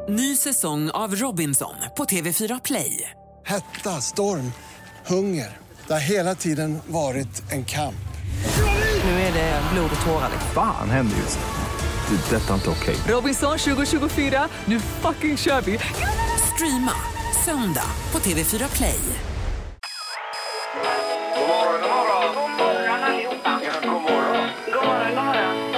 Ny säsong av Robinson på TV4 Play. Hetta, storm, hunger. Det har hela tiden varit en kamp. Nu är det blod och tårar. Fan händer just nu. Det. Detta är inte okej. Robinson 2024, nu fucking kör vi. Streama söndag på TV4 Play. God morgon, god morgon. God morgon allihopa. Ja, god morgon. God morgon, god morgon.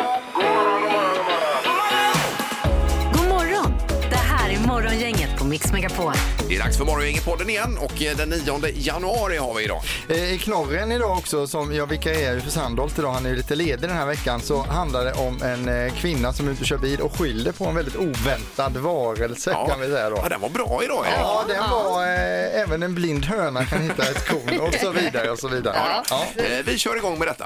God morgon! Det här är Morgongänget på Mix Megapol. Det är dags för Morgongänget-podden igen och den 9 januari har vi idag. I Knorren idag också, som jag vikarierar ju för Sandholt idag, han är ju lite ledig den här veckan, så handlar det om en kvinna som inte kör bil och skyller på en väldigt oväntad varelse, kan vi säga då. Ja, den var bra idag. Ja, den var även en blind höna kan hitta ett korn och så vidare och så vidare. Ja. Vi kör igång med detta.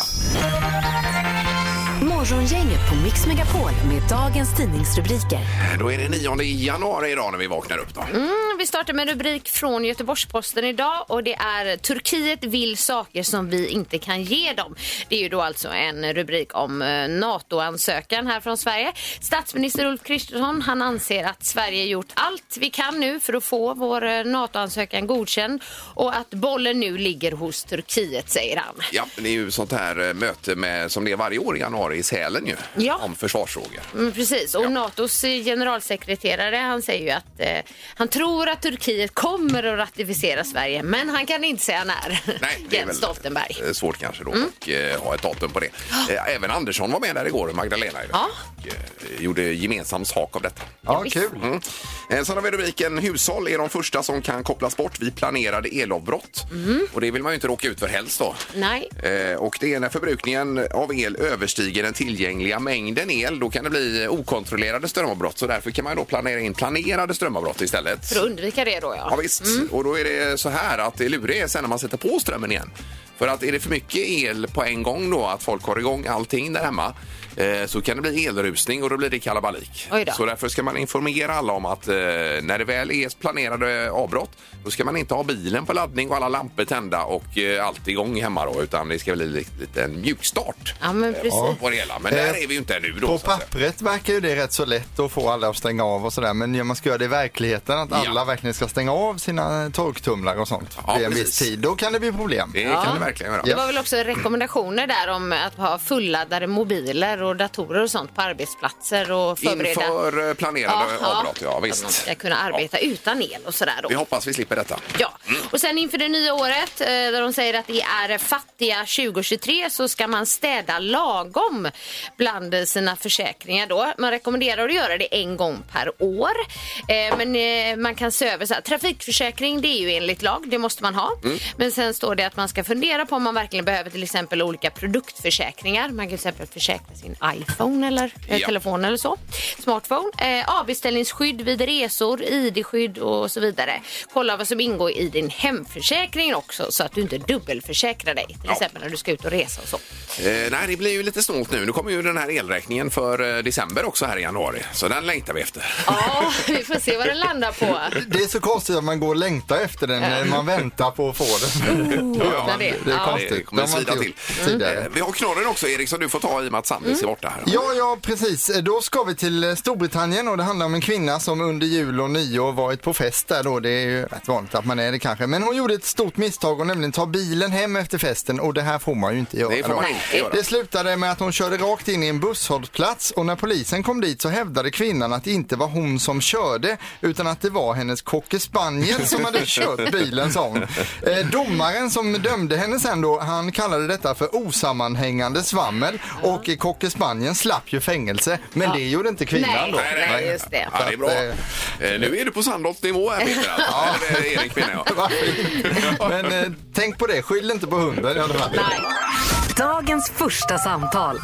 Morgongänget på Mix Megapol med dagens tidningsrubriker. Då är det 9 januari idag när vi vaknar upp då. Vi startar med en rubrik från Göteborgs-Posten idag och det är Turkiet vill saker som vi inte kan ge dem. Det är ju då alltså en rubrik om NATO-ansökan här från Sverige. Statsminister Ulf Kristersson, han anser att Sverige gjort allt vi kan nu för att få vår NATO-ansökan godkänd och att bollen nu ligger hos Turkiet, säger han. Ja, det är ju sånt här möte med, som det är varje år i januari i Sälen ju, om försvarsfrågor. Precis, och NATOs generalsekreterare, han säger ju att han tror att Turkiet kommer att ratificera Sverige, men han kan inte säga när. Nej, det är väl Stoltenberg. Svårt kanske då att ha ett datum på det. Även Andersson var med där igår, Magdalena, och gjorde gemensam sak av detta. Ja, kul. Sen har vi rubriken: hushåll är de första som kan kopplas bort vid planerade elavbrott. Och det vill man ju inte råka ut för helst då. Nej. Och det är när förbrukningen av el överstiger den tillgängliga mängden el, då kan det bli okontrollerade strömavbrott. Så därför kan man då planera in planerade strömavbrott istället. För att undvika det då, Ja visst, och då är det så här att det luriga är sen när man sätter på strömmen igen. För att är det för mycket el på en gång då, att folk har igång allting där hemma, så kan det bli elrusning och då blir det kalabalik. Så därför ska man informera alla om att när det väl är planerade avbrott, då ska man inte ha bilen på laddning och alla lampor tända och allt igång hemma då, utan det ska bli lite en mjukstart. Ja, men precis. På det hela. Men där är vi ju inte ännu då. På pappret verkar ju det rätt så lätt att få alla att stänga av och sådär, men man ska göra det i verkligheten, att alla verkligen ska stänga av sina torktumlar och sånt vid en viss tid. Då kan det bli problem. Det kan det verkligen göra. Det var väl också rekommendationer där om att ha fulladdade mobiler och datorer och sånt på arbetsplatser och förbereda. Inför planerade avbrott, visst. Man ska kunna arbeta utan el och sådär då. Vi hoppas vi slipper detta. Ja, och sen inför det nya året där de säger att det är fattiga 2023 så ska man städa lagom bland sina försäkringar då. Man rekommenderar att göra det en gång per år. Men man kan se över så här. Trafikförsäkring, det är ju enligt lag, det måste man ha. Men sen står det att man ska fundera på om man verkligen behöver till exempel olika produktförsäkringar. Man kan till exempel försäkra sin iPhone eller telefon eller så. Smartphone. Avbeställningsskydd vid resor, ID-skydd och så vidare. Kolla vad som ingår i din hemförsäkring också så att du inte dubbelförsäkrar dig. Till exempel när du ska ut och resa och så. Nej, det blir ju lite snålt nu. Nu kommer ju den här elräkningen för december också här i januari. Så den längtar vi efter. Ja, vi får se vad den landar på. Det är så konstigt att man går och längtar efter den när man väntar på att få den. Det är konstigt. Det kommer svida till. Vi har knorren också, Erik, som du får ta i och med att Sandis är borta här. Ja, precis. Då ska vi till Storbritannien och det handlar om en kvinna som under jul och nyår varit på fest där då. Det är ju rätt vanligt att man är det kanske. Men hon gjorde ett stort misstag och nämligen ta bilen hem efter festen, och det här får man ju inte göra. Det får man inte göra. Det slutade med att hon körde rakt in i en busshållplats, och när polisen kom dit så hävdade kvinnan att det inte var hon som körde utan att det var hennes cocker spaniel som hade kört bilen, sa hon. Domaren som dömde henne sen då, han kallade detta för osammanhängande svammel, och cocker spanieln slapp ju fängelse, men det gjorde inte kvinnan då. Nej, just det. Ja, det är bra. Nu är du på Sandholts nivå här, Peter. Eller Erik, menar jag. Men tänk på det, skyll inte på hunden i alla fall. Dagens första samtal.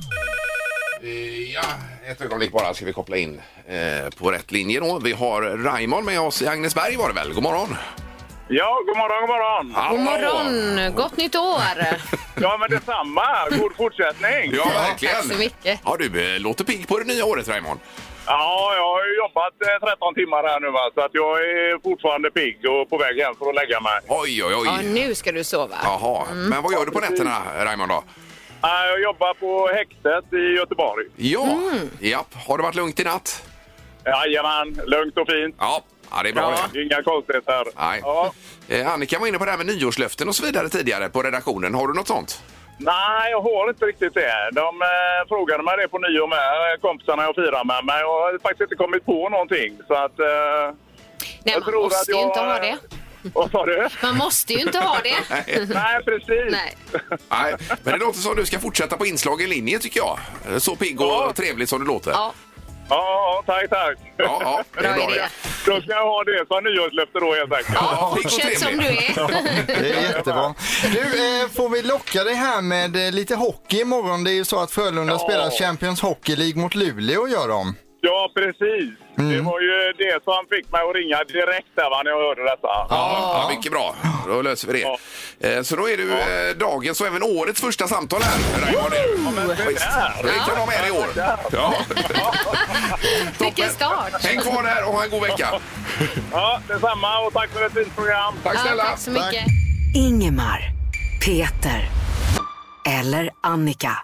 Ja, ett ögonblick bara ska vi koppla in på rätt linje då. Vi har Raimond med oss i Agnesberg, var det väl? God morgon. Ja, god morgon, god morgon. Hallå. God morgon, gott nytt år. Ja, men detsamma. God fortsättning. Ja, verkligen. Tack så mycket. Ja, du låter pigg på det nya året, Raimond. Ja, jag har ju jobbat 13 timmar här nu, va? Så att jag är fortfarande pigg och på väg hem för att lägga mig. Oj. Ja, nu ska du sova. Jaha, men vad gör du på nätterna, Raimond, då? Jag jobbar på häktet i Göteborg. Ja, japp. Har det varit lugnt i natt? Jajamän, lugnt och fint. Ja, det är bra det. Inga konstigheter. Nej. Ja. Annika var inne på det här med nyårslöften och så vidare tidigare på redaktionen. Har du något sånt? Nej, jag har inte riktigt det. De frågade mig det på nyår med kompisarna jag firar med. Men jag har faktiskt inte kommit på någonting. Så att... Nej, man måste ju inte ha det. Vad sa du? Man måste ju inte ha det. Nej, precis. Nej, men det låter som du ska fortsätta på inslag i linje tycker jag. Så pigg och trevligt som det låter. Ja, tack. Ja, det är bra det. Då ska jag ha det som nyårslöfte då helt enkelt. Ja, fortsätt som du är. Det är jättebra. Du, får vi locka dig här med lite hockey imorgon? Det är ju så att Frölunda spelar Champions Hockey League mot Luleå, gör de. Ja, precis. Det var ju det som fick mig att ringa direkt där när jag hörde detta. Ja, mycket bra. Då löser vi det. Så då är du dagens och även årets första samtal här. Det kan vara med i år. Ja. Vilken start. Häng kvar där och ha en god vecka. Ja, detsamma och tack för ett fint program. Tack snälla. Tack så mycket. Ingemar, Peter eller Annika.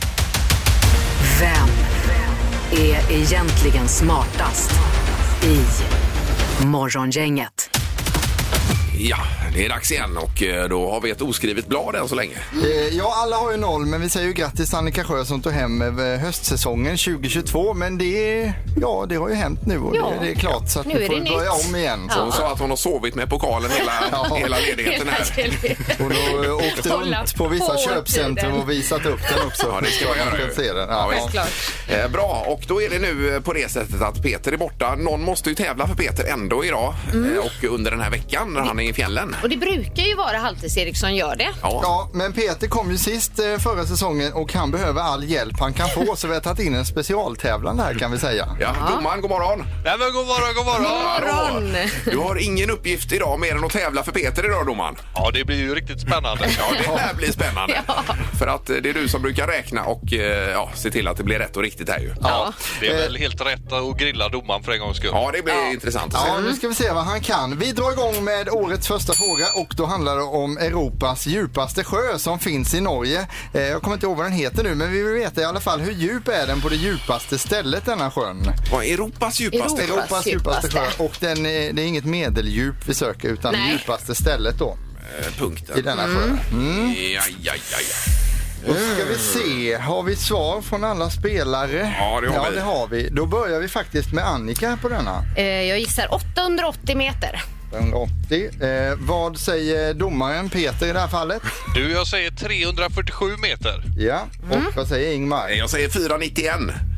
Vem är egentligen smartast i Morgongänget? Ja, det är dags igen och då har vi ett oskrivet blad än så länge. Ja, alla har ju 0, men vi säger ju grattis Annika Sjö som tog hem höstsäsongen 2022. Men det har ju hänt nu och det är klart så att nu vi får börja om igen. Så hon sa att hon har sovit med pokalen hela ledigheten här. Hon har åkt runt på vissa köpcentrum och visat upp den också. Ja, det ska jag göra. Se den. Bra, och då är det nu på det sättet att Peter är borta. Någon måste ju tävla för Peter ändå idag och under den här veckan när han är i fjällen. Och det brukar ju vara Halvtids-Erik som gör det. Ja, men Peter kom ju sist förra säsongen och han behöver all hjälp han kan få, så vi har tagit in en specialtävlan här kan vi säga. Ja, domaren, god morgon. Nej, men god morgon. Du har ingen uppgift idag mer än att tävla för Peter idag, domaren. Ja, det blir ju riktigt spännande. Ja, det här blir spännande. För att det är du som brukar räkna och se till att det blir rätt och riktigt här ju. Ja, det är väl helt rätt att grilla domaren för en gångs skull. Ja, det blir intressant att se. Ja, nu ska vi se vad han kan. Vi drar igång med årets första fråga och då handlar det om Europas djupaste sjö som finns i Norge. Jag kommer inte ihåg vad den heter nu, men vi vill veta i alla fall hur djup är den på det djupaste stället, denna sjön. Vad är Europas djupaste? Europas djupaste sjö. Och det är inget medeldjup vi söker utan det djupaste stället då. Punkten. I denna sjö. Ja. Då ska vi se, har vi svar från alla spelare? Ja, det har vi. Då börjar vi faktiskt med Annika på denna. Jag gissar 880 meter. 180. Vad säger domaren Peter i det här fallet? Du, jag säger 347 meter. Ja, och vad säger Ingmar? Jag säger 491.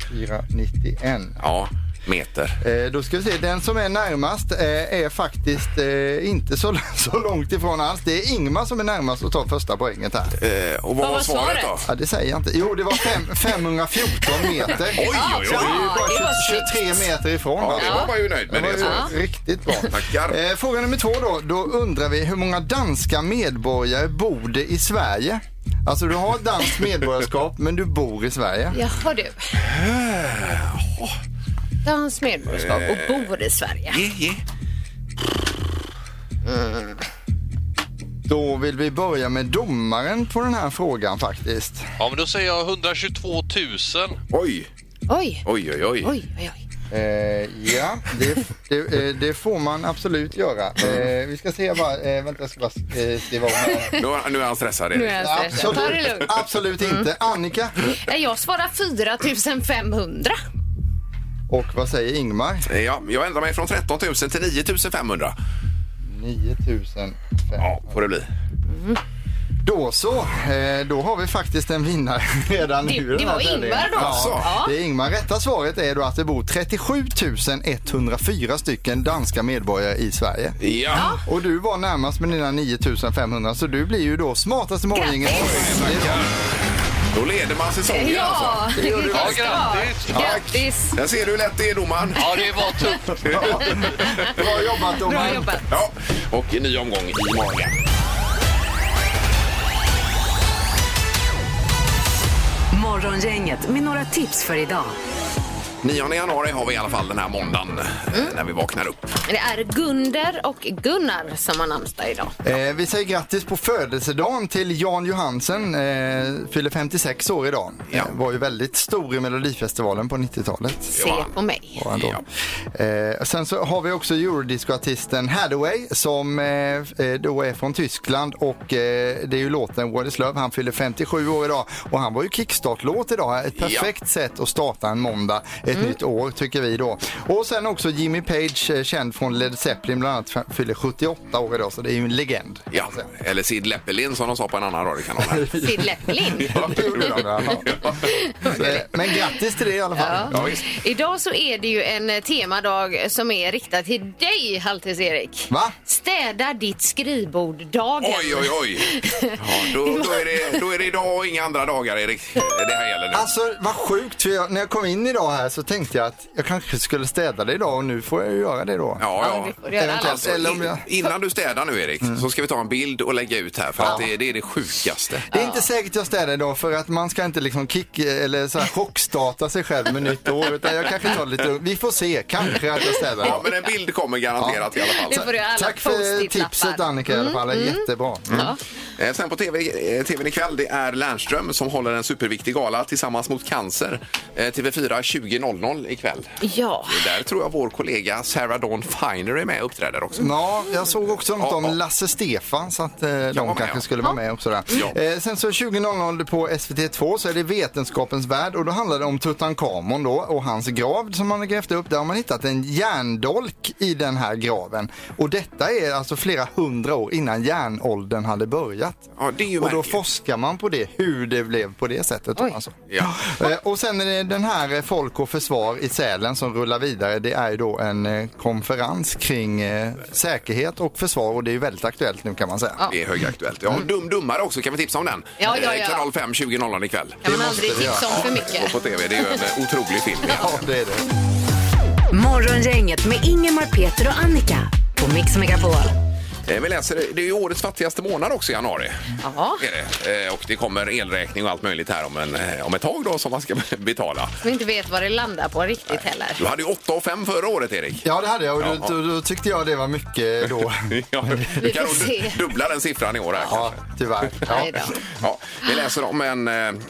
491. Ja, meter. Då ska vi se, den som är närmast är faktiskt inte så långt ifrån alls. Det är Ingmar som är närmast att ta första poänget här. Och vad var svaret då? Ja, det säger jag inte. Jo, det var 514 meter. Oj. Det är ju bara 23 meter ifrån. Ja, det var man ju nöjd med. Det var riktigt bra. Tackar. Fråga nummer 2 då. Då undrar vi hur många danska medborgare bor det i Sverige? Alltså du har danskt medborgarskap men du bor i Sverige. Jaha du. Danskt medborgarskap och bor i Sverige. Då vill vi börja med domaren på den här frågan faktiskt. Ja, men då säger jag 122 000. Oj. Ja, det får man absolut göra. Vi ska se vänta, jag ska bara skriva om här. Nu är han stressad. Absolut inte. Annika? Jag svarar 4500. Och vad säger Ingmar? Ja, jag ändrar mig från 13 000 till 9 500. 9 500. Ja, får det bli. Då så, då har vi faktiskt en vinnare redan nu. Det var Ingmar då? Ja, det är Ingmar. Rätta svaret är då att det bor 37 104 stycken danska medborgare i Sverige. Ja. Och du var närmast med dina 9 500, så du blir ju då smartaste morgongänget. Då leder man säsongen alltså. Det gör du. Grattis. Där ser du hur lätt det är, domaren. Ja, det var tufft. Bra jobbat, domaren. Bra jobbat. Ja, och en ny omgång i morgon. Morgongänget med några tips för idag. 9 januari har vi i alla fall den här måndagen när vi vaknar upp. Det är Gunder och Gunnar som har namnsdag idag. Vi säger grattis på födelsedagen till Jan Johansen, fyller 56 år idag. Ja. Var ju väldigt stor i Melodifestivalen på 90-talet. Se på mig. Sen så har vi också Eurodisco-artisten Hathaway som då är från Tyskland och det är ju låten What is Love. Han fyller 57 år idag och han var ju kickstart-låt idag. Ett perfekt sätt att starta en måndag, ett nytt år tycker vi då. Och sen också Jimmy Page, känd från Led Zeppelin bland annat, fyller 78 år idag, så det är ju en legend. Ja, eller Sid Leppelin som de sa på en annan radiokanal. Sid Leppelin? Men grattis till det i alla fall. Ja. Idag så är det ju en temadag som är riktad till dig, Halvtids-Erik. Va? Städa ditt skrivbord-dagen. Oj. Ja, då är det idag och inga andra dagar, Erik. Det här gäller nu. Alltså, vad sjukt. För när jag kom in idag här så tänkte jag att jag kanske skulle städa det idag och nu får jag ju göra det då. Ja. Det får du göra. Alltså, innan du städar nu, Erik, så ska vi ta en bild och lägga ut här för att det är det sjukaste. Det är inte säkert jag städar idag för att man ska inte liksom eller så här chockstarta sig själv med nytt år, utan jag kanske tar lite. Vi får se, kanske att jag städar. Ja, men en bild kommer garanterat i alla fall. Det får du alla. Tack för tipset, Annika, i alla fall. Jättebra. Sen på tvn ikväll, det är Lernström som håller en superviktig gala tillsammans mot cancer. TV4 20.00 ikväll. Ja. Där tror jag vår kollega Sarah Dawn Finer är med och uppträder också. Ja, jag såg också något om Lasse Stefan så att de kanske skulle vara med också där. Ja. Sen så 20.00 på SVT2 så är det Vetenskapens värld och då handlar det om Tutankhamon då och hans grav som man har grävt upp. Där har man hittat en järndolk i den här graven. Och detta är alltså flera 100 år innan järnåldern hade börjat. Ja, det är ju och då märkligt. forskar man på det, hur det blev på det sättet. Alltså. Ja. Och sen är det den här Folk och Försvar i Sälen som rullar vidare. Det är ju då en konferens kring säkerhet och försvar och det är ju väldigt aktuellt nu kan man säga. Det är högaktuellt. Ja, Dummare också, kan vi tipsa om den? Ja. Kanal 5 20.00 ikväll. Kan man aldrig tipsa om för mycket. Och på TV, det är ju en otrolig film. Ja, det är det. Morgongänget med Ingemar, Peter och Annika på Mix Megapol. Vi läser, det är ju årets fattigaste månad också i januari. Jaha. Är det. Och det kommer elräkning och allt möjligt här om ett tag då som man ska betala. Som inte vet vad det landar på riktigt heller. Du hade ju 8,5 förra året, Erik. Ja, det hade jag och då tyckte jag det var mycket då. Ja, du kan nog dubbla den siffran i år här. Ja, tyvärr. Ja, vi läser om en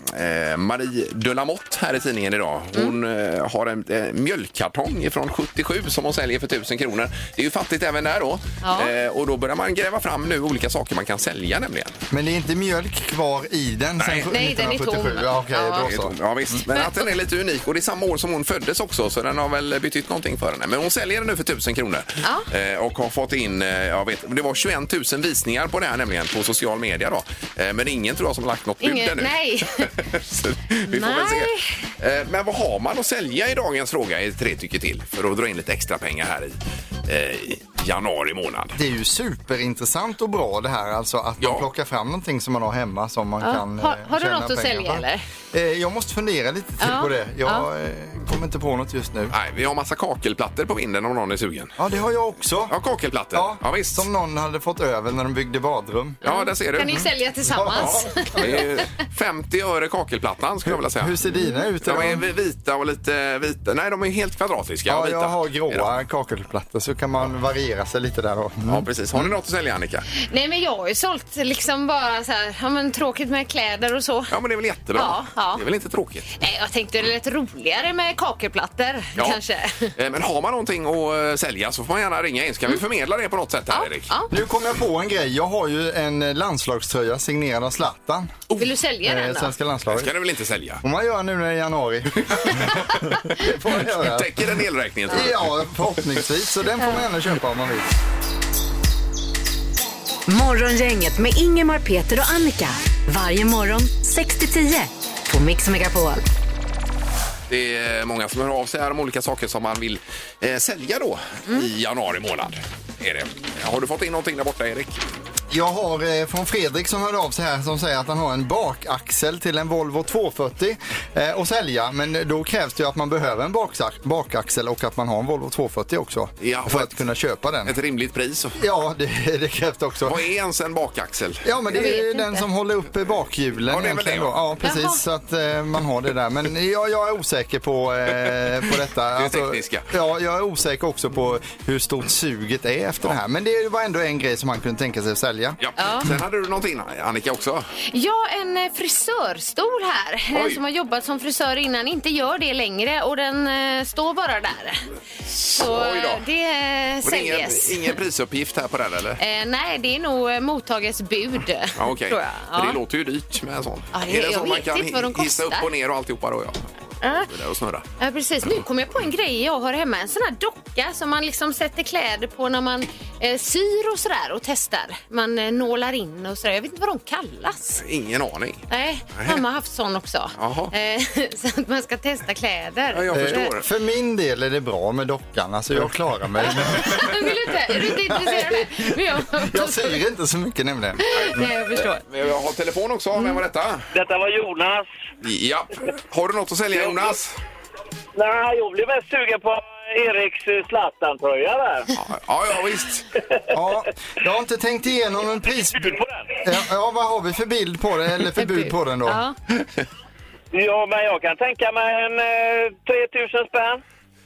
Marie de la Motte här i tidningen idag. Hon har en mjölkkartong från 77 som hon säljer för 1000 kronor. Det är ju fattigt även där då. Ja. Och då börjar man gräva fram nu olika saker man kan sälja nämligen. Men det är inte mjölk kvar i den Nej. sen Nej, den är tom. Ja, okej, Ja. då så. Ja, visst. Men att den är lite unik och det är samma år som hon föddes också så den har väl betytt någonting för henne. Men hon säljer den nu för 1000 kronor. Och har fått in, det var 21 000 visningar på det här nämligen på social media då. Men ingen tror jag som har lagt något bud ännu. Nej. Så vi får väl se. Men vad har man att sälja i dagens fråga i 3 tycker till för att dra in lite extra pengar här i januari månad? Det är ju superintressant och bra det här alltså att man plockar fram någonting som man har hemma som man kan Har du tjäna något att pengar sälja på. eller? Jag måste fundera lite till på det. Jag kommer inte på något just nu. Nej, vi har massa kakelplattor på vinden om någon är sugen. Ja, det har jag också. Ja, kakelplattor. Ja, visst. Som någon hade fått över när de byggde badrum. Ja, där ser du. Kan ni sälja tillsammans? Det är 50 öre kakelplattan skulle jag vilja säga. Hur ser dina ut? De är vita och lite vita. Nej, de är helt kvadratiska. Ja, vita. jag har gråa kakelplattor så kan man variera sig lite där då. Ja, precis. Har ni något att sälja, Annika? Nej, men jag har ju sålt liksom bara så här, tråkigt med kläder och så. Ja, men det är väl jättebra. Ja. Det är väl inte tråkigt? Nej, jag tänkte det är lite roligare med kakelplattor kanske. Men har man någonting att sälja så får man gärna ringa in. Ska vi förmedla det på något sätt här, Erik? Ja. Nu kom jag på en grej. Jag har ju en landslagströja signerad av Zlatan. Vill du sälja den då? Svenska Det landslaget. ska du väl inte sälja? Om man gör nu när det är januari. Det får man göra. Täcker den elräkningen, tror du? Ja, förhoppningsvis. Så den får man gärna köpa om man vill. Morgongänget med Ingemar, Peter och Annika. Varje morgon 6-10 på Mix Megapol. Det är många som hör av sig här om olika saker som man vill sälja då i januari månad. Är det. Har du fått in någonting där borta, Erik? Jag har från Fredrik som hörde av sig här som säger att han har en bakaxel till en Volvo 240 att sälja. Men då krävs det ju att man behöver en bakaxel och att man har en Volvo 240 också. Ja, för att kunna köpa den. Ett rimligt pris. Ja, det krävs också. Vad är ens en bakaxel? Ja, men det är den som håller upp bakhjulen. Ja, det är väl det, ja, precis. Jaha. Så att man har det där. Men jag är osäker på detta. Det tekniska. Ja, jag är osäker också på hur stort suget är efter det här. Men det var ändå en grej som man kunde tänka sig att sälja. Ja. Sen hade du någonting, Annika, också. Ja, en frisörstol här. En som har jobbat som frisör innan inte gör det längre och den står bara där. Så det säljes. Ingen prisuppgift här på den, eller? Nej, det är nog mottagets bud. Ja, okej. Tror jag. Ja. Det låter ju dyrt med en sån. Ja, är det så man kan inte vad de hissa upp och ner och alltihopa då? Och snurra. Ja, precis. Nu kommer jag på en grej jag har hemma. En sån här docka som man liksom sätter kläder på när man syr och sådär och testar. Man nålar in och sådär. Jag vet inte vad de kallas. Ingen aning. Nej, mamma har haft sån också. Så att man ska testa kläder. Ja, jag förstår. För min del är det bra med dockan. Alltså jag klarar mig. Är du inte intresserad? Jag säger inte så mycket nämligen. Nej, jag förstår. Jag har telefon också. Vem var detta? Detta var Jonas. Ja. Har du något att sälja, Jonas? Nej, jag blev mest sugen på Eriks Zlatan-tröja där. Ja, visst. Ja, jag har inte tänkt igenom en prisbild på den. Ja, vad har vi för bild på den? Eller för bud på den då? Ja, men jag kan tänka mig en 3000 spänn.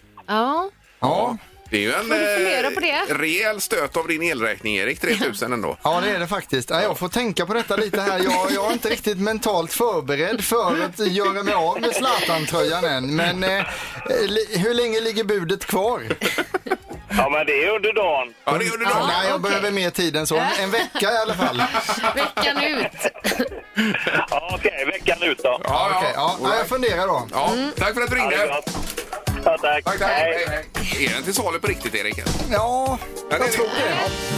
Ja. Det är ju en rejäl stöt av din elräkning, Erik, 3000 ändå. Ja, det är det faktiskt. Jag får tänka på detta lite här. Jag är inte riktigt mentalt förberedd för att göra mig av med Zlatan-tröjan än. Men hur länge ligger budet kvar? Ja, men det är under dagen. Ja, det är under dagen. Nej, jag behöver mer tid än så. En vecka i alla fall. Veckan ut. Okej, veckan ut då. Ja, jag funderar då. Ja, tack för att du ringde. Ja, tack. Hej. Är den till salu på riktigt, Erik? Ja, jag tror det.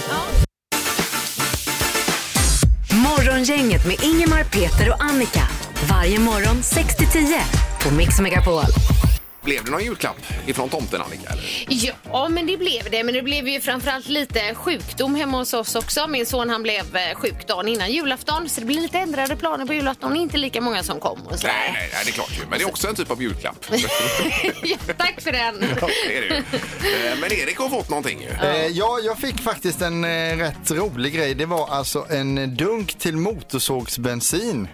Morgongänget med Ingemar, Peter och Annika. Varje morgon 6-10 på Mix Megapol. Blev det någon julklapp ifrån tomten, Annika? Eller? Ja, men det blev det. Men det blev ju framförallt lite sjukdom hemma hos oss också. Min son, han blev sjuk dagen innan julafton. Så det blir lite ändrade planer på julafton. Inte lika många som kom. Och så nej, det är klart ju. Men det är också en typ av julklapp. Ja, tack för den. Ja, det är det ju. Men Erik har fått någonting ju. Ja, jag fick faktiskt en rätt rolig grej. Det var alltså en dunk till motorsågsbensin.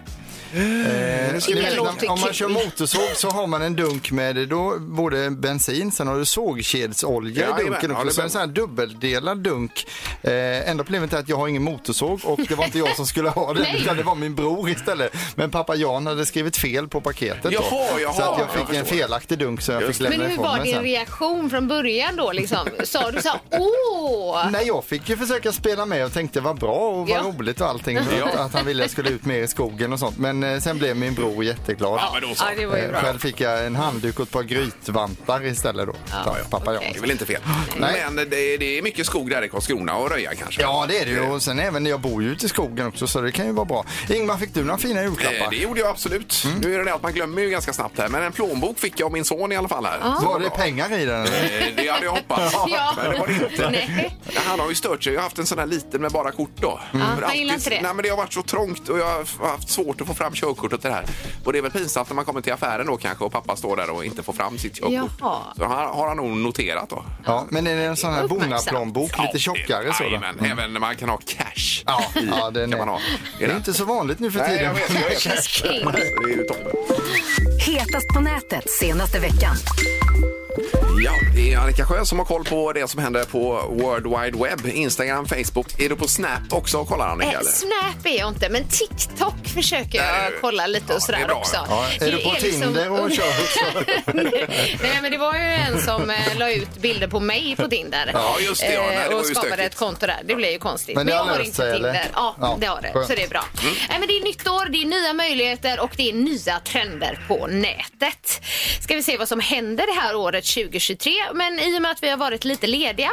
Om man kör motorsåg så har man en dunk med då både bensin, sen har du sågkedsolja i dunken också. Så en sån här dubbeldelad dunk. Enda problemet är att jag har ingen motorsåg och det var inte jag som skulle ha den utan det var min bror istället. Men pappa Jan hade skrivit fel på paketet då. Så att jag fick en felaktig dunk så jag fick lämna ifrån mig. Men hur var din reaktion från början då liksom? Sa du så här, åh? Nej, jag fick ju försöka spela med och tänkte vad bra och vad roligt och allting. Att han ville att jag skulle ut mer i skogen och sånt. Men sen blev min bror jätteglad. Ja, det var ju bra. Själv fick jag en handduk och ett par grytvantar istället då. Pappa Jan. Det är väl inte fel. Nej. Men det är mycket skog där i Karlskrona och röja kanske. Ja, det är det ju. Och sen även jag bor ju ute i skogen också så det kan ju vara bra. Ingmar, fick du några fina julklappar? Det gjorde jag absolut. Nu är det att man glömmer ju ganska snabbt här. Men en plånbok fick jag av min son i alla fall här. Var det pengar i den? Det hade jag hoppats. Men det var det inte. Nej. Han har ju stört sig. Jag har haft en sån här liten med bara kort då. Jag gillar inte det. Nej, men det har varit så trångt och jag har haft svårt att få fram körkortet till det här. Och det är väl pinsamt när man kommer till affären då kanske och pappa står där och inte får fram sitt körkort. Så har han nog noterat då. Ja, men är det en sån här Bonaplan-bok lite tjockare så då? Men även man kan ha cash. Ja, det är inte så vanligt nu för tiden. Nej, jag vet. Det är ju toppen. Hetast på nätet senaste veckan. Ja, det är Annika Sjö som har koll på det som händer på World Wide Web, Instagram, Facebook. Är du på Snap också och kollar, Annika? Snap är jag inte, men TikTok försöker jag kolla lite och sådär också. Ja, är du på Tinder och kör också? Nej, men det var ju en som la ut bilder på mig på Tinder. Ja, just det. Det och skapade ett konto där. Det blev ju konstigt. Men det jag har inte Tinder. Ja, det har det. Skönt. Så det är bra. Nej, men det är nytt år, det är nya möjligheter och det är nya trender på nätet. Ska vi se vad som händer det här året 2023. Men i och med att vi har varit lite lediga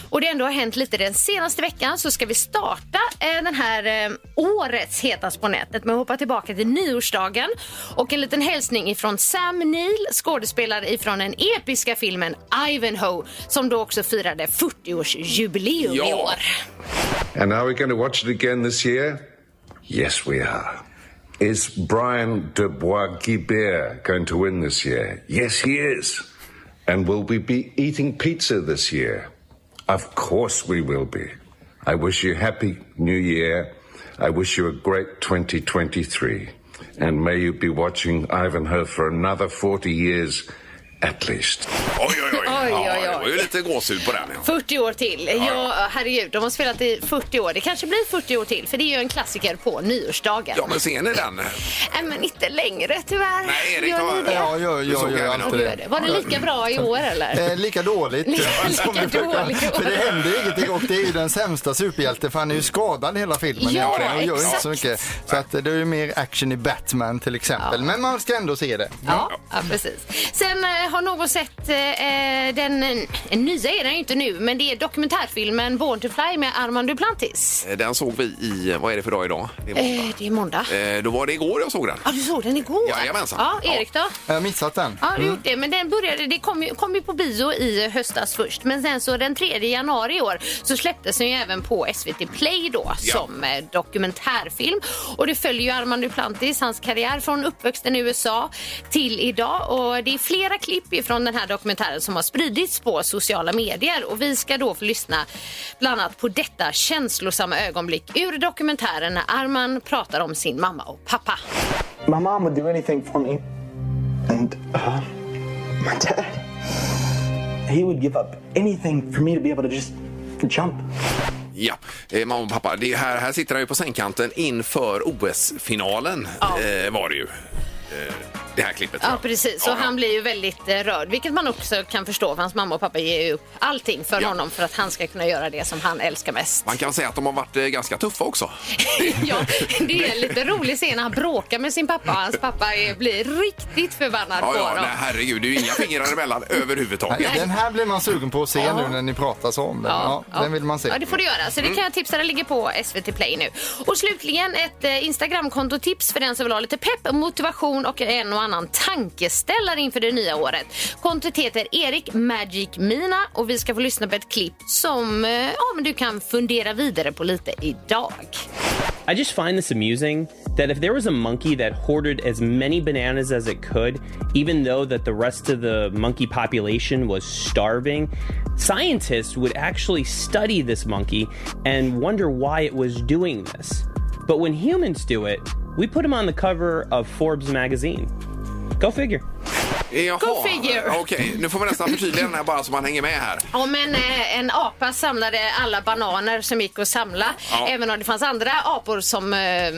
Och det ändå har hänt lite den senaste veckan, så ska vi starta den här årets Hetast på nätet med att hoppa tillbaka till nyårsdagen. Och en liten hälsning ifrån Sam Neill, skådespelare ifrån den episka filmen Ivanhoe, som då också firade 40-årsjubileum i år. And are we going to watch it again this year? Yes, we are. Is Brian de Bois-Guilbert going to win this year? Yes, he is. And will we be eating pizza this year? Of course we will be. I wish you a happy new year. I wish you a great 2023. And may you be watching Ivanhoe for another 40 years at least. Oj. Det var ju lite gåshud på den. Ja. 40 år till. Ja, herregud, de har spelat i 40 år. Det kanske blir 40 år till, för det är ju en klassiker på nyårsdagen. Ja, men ser ni den? Nej, men inte längre tyvärr. Nej, Erik, gör ni det? Ja, gör alltid det. Var det lika bra i år, eller? Lika dåligt. Lika dåligt. För det händer ingenting, och det är ju den sämsta superhjälten, för han är ju skadad hela filmen. Ja, och gör inte så mycket. Så att det är ju mer action i Batman till exempel. Men man ska ändå se det. Ja, precis. Sen har någon sett den nya är den ju inte nu, men det är dokumentärfilmen Born to Fly med Armand Duplantis. Den såg vi i, vad är det för dag idag? Det är måndag. Då var det igår jag såg den. Ja, du såg den igår? Jajamensan. Ja, Erik då? Jag har missat den. Ja, du gjort det, men den det kom ju på bio i höstas först, men sen så den 3 januari i år så släpptes den ju även på SVT Play då som dokumentärfilm, och det följer ju Armand Duplantis, hans karriär från uppväxten i USA till idag, och det är flera klipp från den här dokumentären som har spridits på sociala medier, och vi ska då få lyssna bland annat på detta känslosamma ögonblick ur dokumentären när Armand pratar om sin mamma och pappa. My mom would do anything for me, and my dad, he would give up anything for me to be able to just jump. Ja, mamma och pappa, det här sitter han ju på sängkanten inför OS-finalen var det ju. Det här klippet. Ja, precis. Och han blir ju väldigt rörd, vilket man också kan förstå, för hans mamma och pappa ger ju upp allting för honom för att han ska kunna göra det som han älskar mest. Man kan säga att de har varit ganska tuffa också. Ja, det är en lite rolig scen. Han bråkar med sin pappa och hans pappa blir riktigt förbannad på honom. Nej, herregud, det är ju inga fingrar emellan överhuvudtaget. Den här blir man sugen på att se nu när ni pratar så om den. Den vill man se. Ja, det får du göra. Så det kan jag tipsa, det ligger på SVT Play nu. Och slutligen ett Instagram-kontotips för den som vill ha lite pepp, motivation och en och annan tankeställare inför det nya året. Kontot heter Erik Magic Mina, och vi ska få lyssna på ett klipp som men du kan fundera vidare på lite idag. I just find this amusing that if there was a monkey that hoarded as many bananas as it could, even though that the rest of the monkey population was starving, scientists would actually study this monkey and wonder why it was doing this. But when humans do it, we put them on the cover of Forbes magazine. Go figure. Jaha. Go figure. Okej, nu får vi nästan förtydliga den här bara så man hänger med här. Ja, men en apa samlade alla bananer som gick att samla. Även om det fanns andra apor som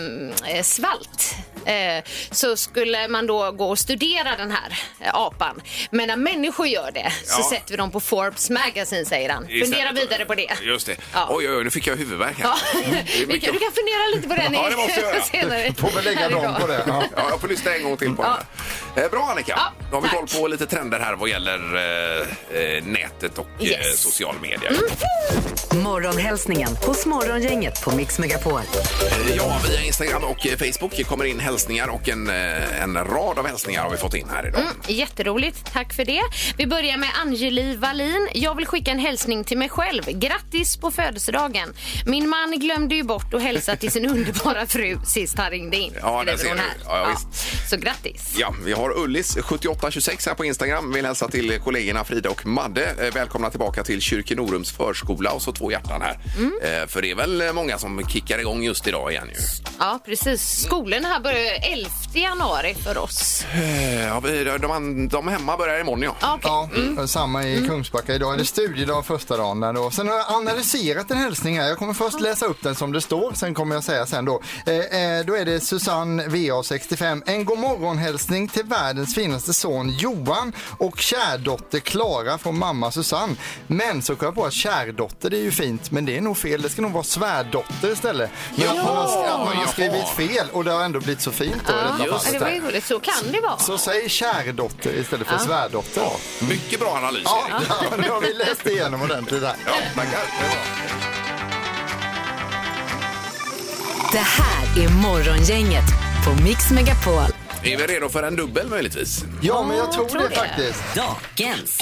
svalt. Så skulle man då gå och studera den här apan. Men när människor gör det så sätter vi dem på Forbes magazine, säger han. Fundera vidare på det. Just det. Oj, nu fick jag huvudvärk här. Du kan fundera lite på den det måste jag göra. senare. Får väl lägga dem på det. Ja, jag får lyssna en gång till på det. Bra, Annika. Då har vi koll på lite trender här vad gäller nätet och social media. Morgonhälsningen hos Morgongänget på Mix Megapol. Ja, via Instagram och Facebook kommer in hälsningar, och en rad av hälsningar har vi fått in här idag. Jätteroligt, tack för det. Vi börjar med Angeli Wallin. Jag vill skicka en hälsning till mig själv. Grattis på födelsedagen. Min man glömde ju bort att hälsa till sin underbara fru sist han ringde in. Ja, det ser du. Ja, så grattis. Ja, vi har Ullis 7826 här på Instagram. Vill hälsa till kollegorna Frida och Madde. Välkomna tillbaka till Kyrkenorums förskola, och så 2 hjärtan här. För det är väl många som kickar igång just idag igen ju. Ja, precis. Skolan här börjar 11 januari för oss. Ja, de hemma börjar imorgon, Okay. Samma i Kungsbacka. Idag är det studiedag första dagen där då. Sen har jag analyserat en hälsning här. Jag kommer först läsa upp den som det står. Sen kommer jag säga sen då. Då är det Susanne VA65. En god morgonhälsning till världens finaste son Johan och kärdotter Klara från mamma Susanne. Men så kom jag på att kärdotter, det är ju fint, men det är nog fel. Det ska nog vara svärdotter istället. Men hon har skrivit fel, och det har ändå blivit så fint då i detta Ja, fallet. det var ju roligt. Så kan det vara. Så säg kärdotter istället för svärdotter. Ja, mycket bra analys, Ja, Erik. nu har vi läst igenom ordentligt där. Ja, tackar. Det här är Morgongänget på Mix Megapol. Är vi redo för en dubbel möjligtvis? Ja, men jag tror det faktiskt. Dagens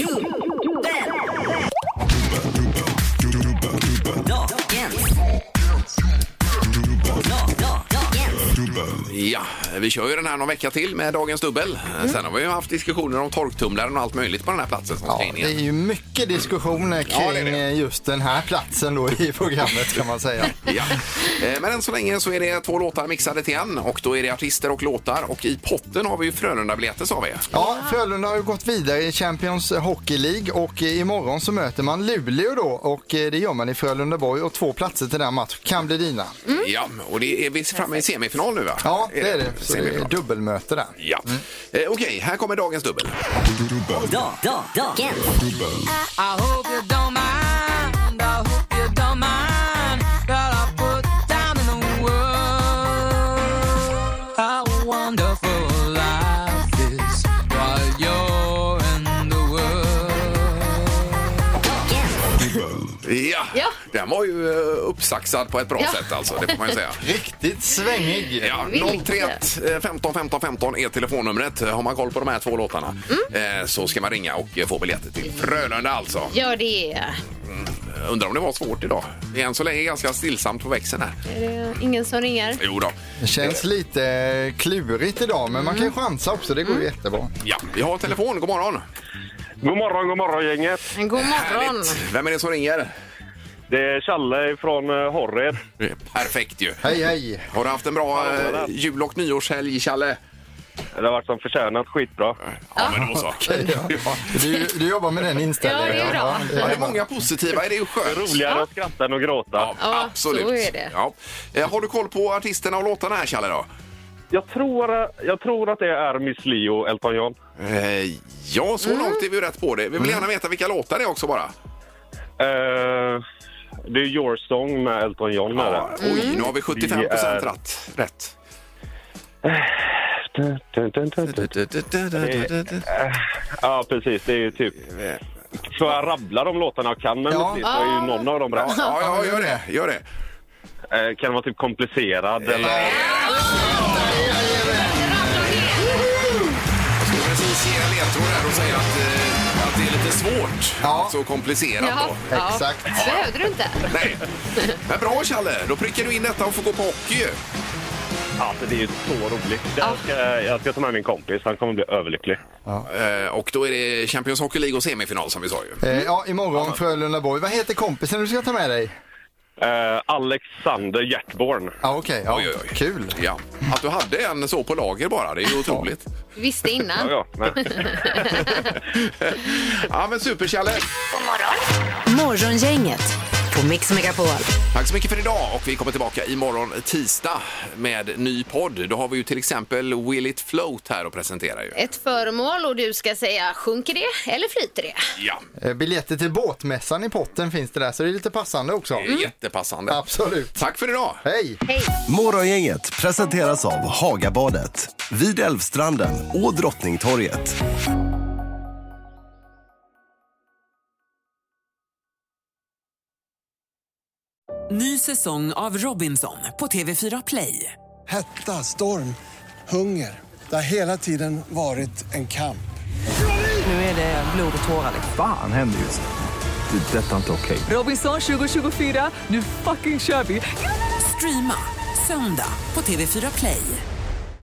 Ja, vi kör ju den här någon vecka till med dagens dubbel. Sen har vi ju haft diskussioner om torktumlaren och allt möjligt på den här platsen som ska in Det igen. är ju mycket diskussioner kring just den här platsen då i programmet kan man säga. Ja. Men än så länge så är det 2 låtar mixade till en och då är det artister och låtar och i potten har vi ju Frölunda-biljetter sa vi. Ja, Frölunda har ju gått vidare i Champions Hockey League och imorgon så möter man Luleå då och det gör man i Frölundaborg och 2 platser till den match kan bli dina. Ja, och det är vi framme i semifinal nu va? Ja, det är det. Så det är dubbelmöte där. Ja. Okej, här kommer dagens dubbel. Dagens I hope you don't mind, I hope you don't mind that I put down in the world. How wonderful life is while you're in the world. Ja, den var ju uppsaxad på ett bra sätt alltså, det får man ju säga. Riktigt svängig. Ja, 031 15 15 15 är telefonnumret. Har man koll på de här 2 låtarna så ska man ringa och få biljetter till Frölunda alltså. Ja, det är... Undrar om det var svårt idag. Det är än så länge ganska stillsamt på växeln här. Är det ingen som ringer? Jo då. Det känns lite klurigt idag men man kan chansa också, det går ju jättebra. Ja, vi har telefon. God morgon. God morgon gänget. God morgon. Härligt. Vem är det som ringer? Det är Challe från Horred. Perfekt ju. Hej, hej. Har du haft en bra jul- och nyårshelg, Challe? Det har varit som förtjänat, skitbra. Ja, men då så. Okej, ja. Du jobbar med den inställningen. Ja, det är bra. Ja, det är många positiva. Är det ju skönt? Roligare att skratta än att gråta. Ja, absolut. så är det. Ja. Har du koll på artisterna och låtarna här, Challe, då? Jag tror att det är Miss Li och Elton John. Ja, så långt är vi ju rätt på det. Vi vill gärna veta vilka låtar det är också bara. Det är Your Song med Elton John med det. Oj, nu har vi 75% rätt. Ja, precis. Det är ju typ... Så jag rabblar de låtarna jag kan, men så är ju någon av dem rätt. Ja, gör det. Kan det vara typ komplicerad eller... Jag skulle precis ge en ledtråd här och säga att det är lite svårt. Ja. Så komplicerat då. Exakt. Det behövde du inte. Nej. Men bra, Challe. Då prickar du in detta och får gå på hockey. Alltså, det är ju så roligt. Jag ska ta med min kompis. Han kommer bli överlycklig. Och då är det Champions Hockey League och semifinal som vi sa ju. Ja, imorgon Frölundaborg. Vad heter kompisen du ska ta med dig? Alexander Hjärtborn. Ja, okej. Ja. Oj. Kul. Ja. Att du hade en så på lager bara, det är ju otroligt. Visste innan. Ja, men... Ja, men super, Challe. Morgongänget på Mix Megapol. Tack så mycket för idag och vi kommer tillbaka imorgon tisdag med ny podd. Då har vi ju till exempel Will It Float här och presentera ju. Ett föremål och du ska säga sjunker det eller flyter det? Ja. Biljetter till båtmässan i potten finns det där så det är lite passande också. Det är jättepassande. Absolut. Tack för idag. Hej. Hej. Morgongänget presenteras av Hagabadet, vid Älvstranden och Drottningtorget. Ny säsong av Robinson på TV4 Play. Hetta, storm, hunger. Det har hela tiden varit en kamp. Nu är det blod och tårar. Fan händer just det. Det är detta inte okej. Robinson 2024, nu fucking kör vi. Streama söndag på TV4 Play.